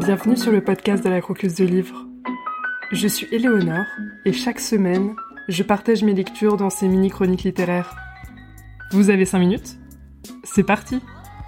Bienvenue sur le podcast de la Croqueuse de Livres. Je suis Éléonore et chaque semaine, je partage mes lectures dans ces mini-chroniques littéraires. Vous avez 5 minutes ? C'est parti !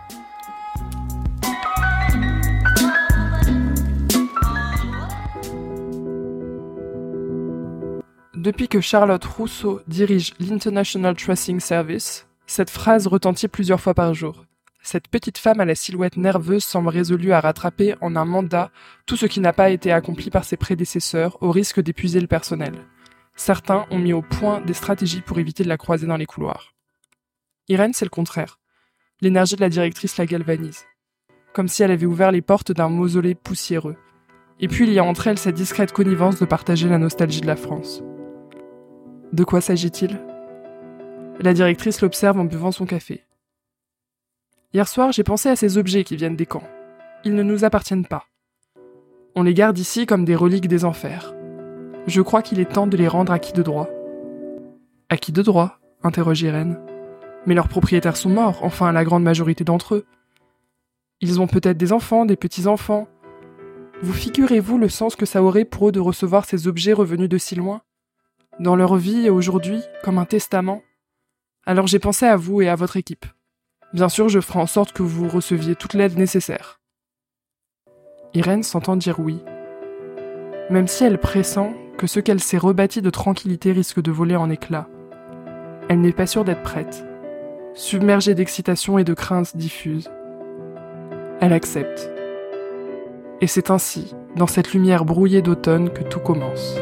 Depuis que Charlotte Rousseau dirige l'International Tracing Service, cette phrase retentit plusieurs fois par jour. Cette petite femme à la silhouette nerveuse semble résolue à rattraper en un mandat tout ce qui n'a pas été accompli par ses prédécesseurs au risque d'épuiser le personnel. Certains ont mis au point des stratégies pour éviter de la croiser dans les couloirs. Irène, c'est le contraire. L'énergie de la directrice la galvanise. Comme si elle avait ouvert les portes d'un mausolée poussiéreux. Et puis il y a entre elles cette discrète connivence de partager la nostalgie de la France. De quoi s'agit-il ? La directrice l'observe en buvant son café. Hier soir, j'ai pensé à ces objets qui viennent des camps. Ils ne nous appartiennent pas. On les garde ici comme des reliques des enfers. Je crois qu'il est temps de les rendre acquis de droit. À qui de droit ? Interroge Irène. Mais leurs propriétaires sont morts, enfin la grande majorité d'entre eux. Ils ont peut-être des enfants, des petits-enfants. Vous figurez-vous le sens que ça aurait pour eux de recevoir ces objets revenus de si loin ? Dans leur vie et aujourd'hui, comme un testament ? Alors j'ai pensé à vous et à votre équipe. Bien sûr, je ferai en sorte que vous receviez toute l'aide nécessaire. Irène s'entend dire oui. Même si elle pressent que ce qu'elle s'est rebâti de tranquillité risque de voler en éclats. Elle n'est pas sûre d'être prête. Submergée d'excitation et de craintes diffuses. Elle accepte. Et c'est ainsi, dans cette lumière brouillée d'automne, que tout commence.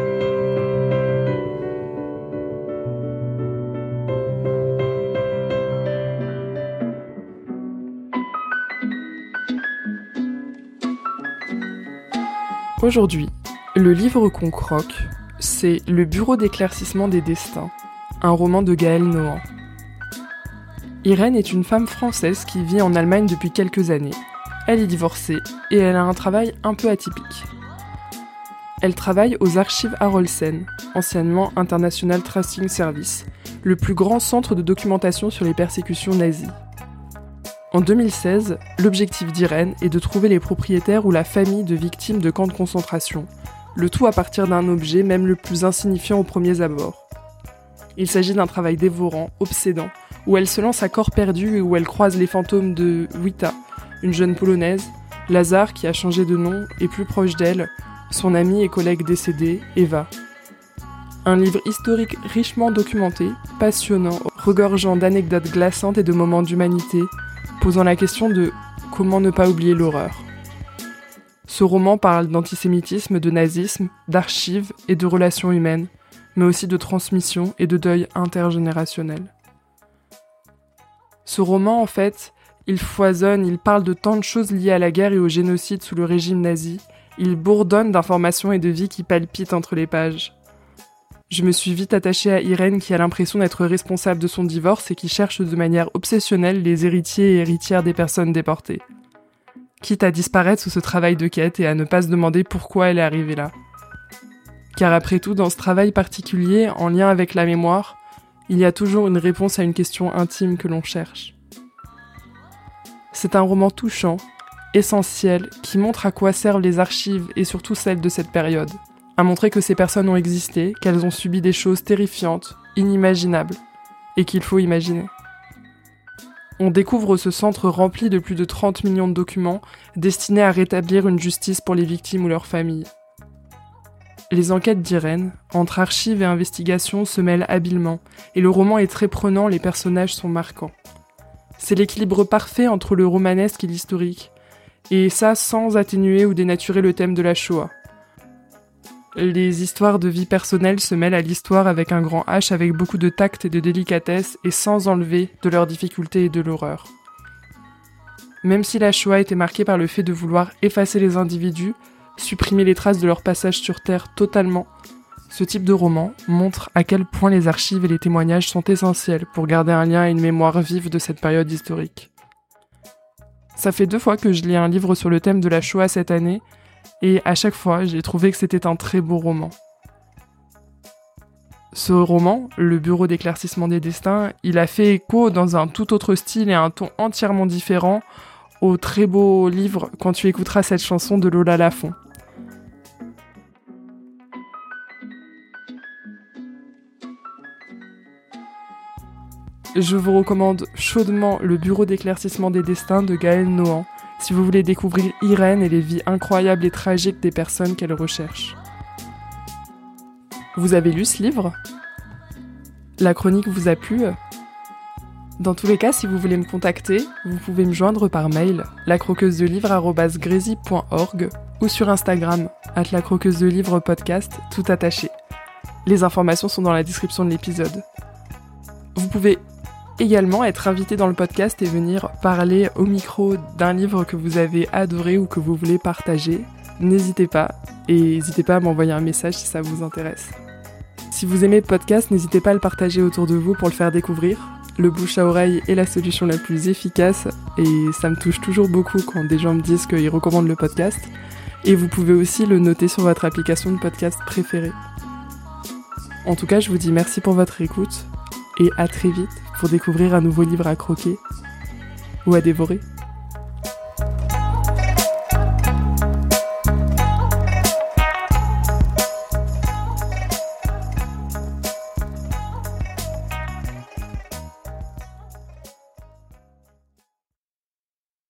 Aujourd'hui, le livre qu'on croque, c'est Le Bureau d'éclaircissement des destins, un roman de Gaël Nohan. Irène est une femme française qui vit en Allemagne depuis quelques années. Elle est divorcée et elle a un travail un peu atypique. Elle travaille aux archives Harolsen, anciennement International Tracing Service, le plus grand centre de documentation sur les persécutions nazies. En 2016, l'objectif d'Irène est de trouver les propriétaires ou la famille de victimes de camps de concentration, le tout à partir d'un objet même le plus insignifiant aux premiers abords. Il s'agit d'un travail dévorant, obsédant, où elle se lance à corps perdu et où elle croise les fantômes de Wita, une jeune polonaise, Lazare qui a changé de nom et plus proche d'elle, son amie et collègue décédée, Eva. Un livre historique richement documenté, passionnant, regorgeant d'anecdotes glaçantes et de moments d'humanité, posant la question de comment ne pas oublier l'horreur. Ce roman parle d'antisémitisme, de nazisme, d'archives et de relations humaines, mais aussi de transmission et de deuil intergénérationnel. Ce roman, en fait, il foisonne, il parle de tant de choses liées à la guerre et au génocide sous le régime nazi, il bourdonne d'informations et de vie qui palpitent entre les pages. Je me suis vite attachée à Irène qui a l'impression d'être responsable de son divorce et qui cherche de manière obsessionnelle les héritiers et héritières des personnes déportées. Quitte à disparaître sous ce travail de quête et à ne pas se demander pourquoi elle est arrivée là. Car après tout, dans ce travail particulier, en lien avec la mémoire, il y a toujours une réponse à une question intime que l'on cherche. C'est un roman touchant, essentiel, qui montre à quoi servent les archives et surtout celles de cette période. À montrer que ces personnes ont existé, qu'elles ont subi des choses terrifiantes, inimaginables, et qu'il faut imaginer. On découvre ce centre rempli de plus de 30 millions de documents destinés à rétablir une justice pour les victimes ou leurs familles. Les enquêtes d'Irène, entre archives et investigations, se mêlent habilement, et le roman est très prenant, les personnages sont marquants. C'est l'équilibre parfait entre le romanesque et l'historique, et ça sans atténuer ou dénaturer le thème de la Shoah. Les histoires de vie personnelle se mêlent à l'histoire avec un grand H, avec beaucoup de tact et de délicatesse, et sans enlever de leurs difficultés et de l'horreur. Même si la Shoah était marquée par le fait de vouloir effacer les individus, supprimer les traces de leur passage sur Terre totalement, ce type de roman montre à quel point les archives et les témoignages sont essentiels pour garder un lien et une mémoire vive de cette période historique. Ça fait 2 fois que je lis un livre sur le thème de la Shoah cette année, et à chaque fois, j'ai trouvé que c'était un très beau roman. Ce roman, Le Bureau d'éclaircissement des destins, il a fait écho dans un tout autre style et un ton entièrement différent au très beau livre quand tu écouteras cette chanson de Lola Lafont. Je vous recommande chaudement Le Bureau d'éclaircissement des destins de Gaëlle Nohan, si vous voulez découvrir Irène et les vies incroyables et tragiques des personnes qu'elle recherche. Vous avez lu ce livre ? La chronique vous a plu ? Dans tous les cas, si vous voulez me contacter, vous pouvez me joindre par mail lacroqueusedelivre@grésy.org ou sur Instagram @lacroqueusedelivre-podcast, tout attaché. Les informations sont dans la description de l'épisode. Vous pouvez également être invité dans le podcast et venir parler au micro d'un livre que vous avez adoré ou que vous voulez partager. N'hésitez pas, et n'hésitez pas à m'envoyer un message si ça vous intéresse. Si vous aimez le podcast, n'hésitez pas à le partager autour de vous pour le faire découvrir. Le bouche à oreille est la solution la plus efficace et ça me touche toujours beaucoup quand des gens me disent qu'ils recommandent le podcast. Et vous pouvez aussi le noter sur votre application de podcast préférée. En tout cas, je vous dis merci pour votre écoute et à très vite pour découvrir un nouveau livre à croquer ou à dévorer.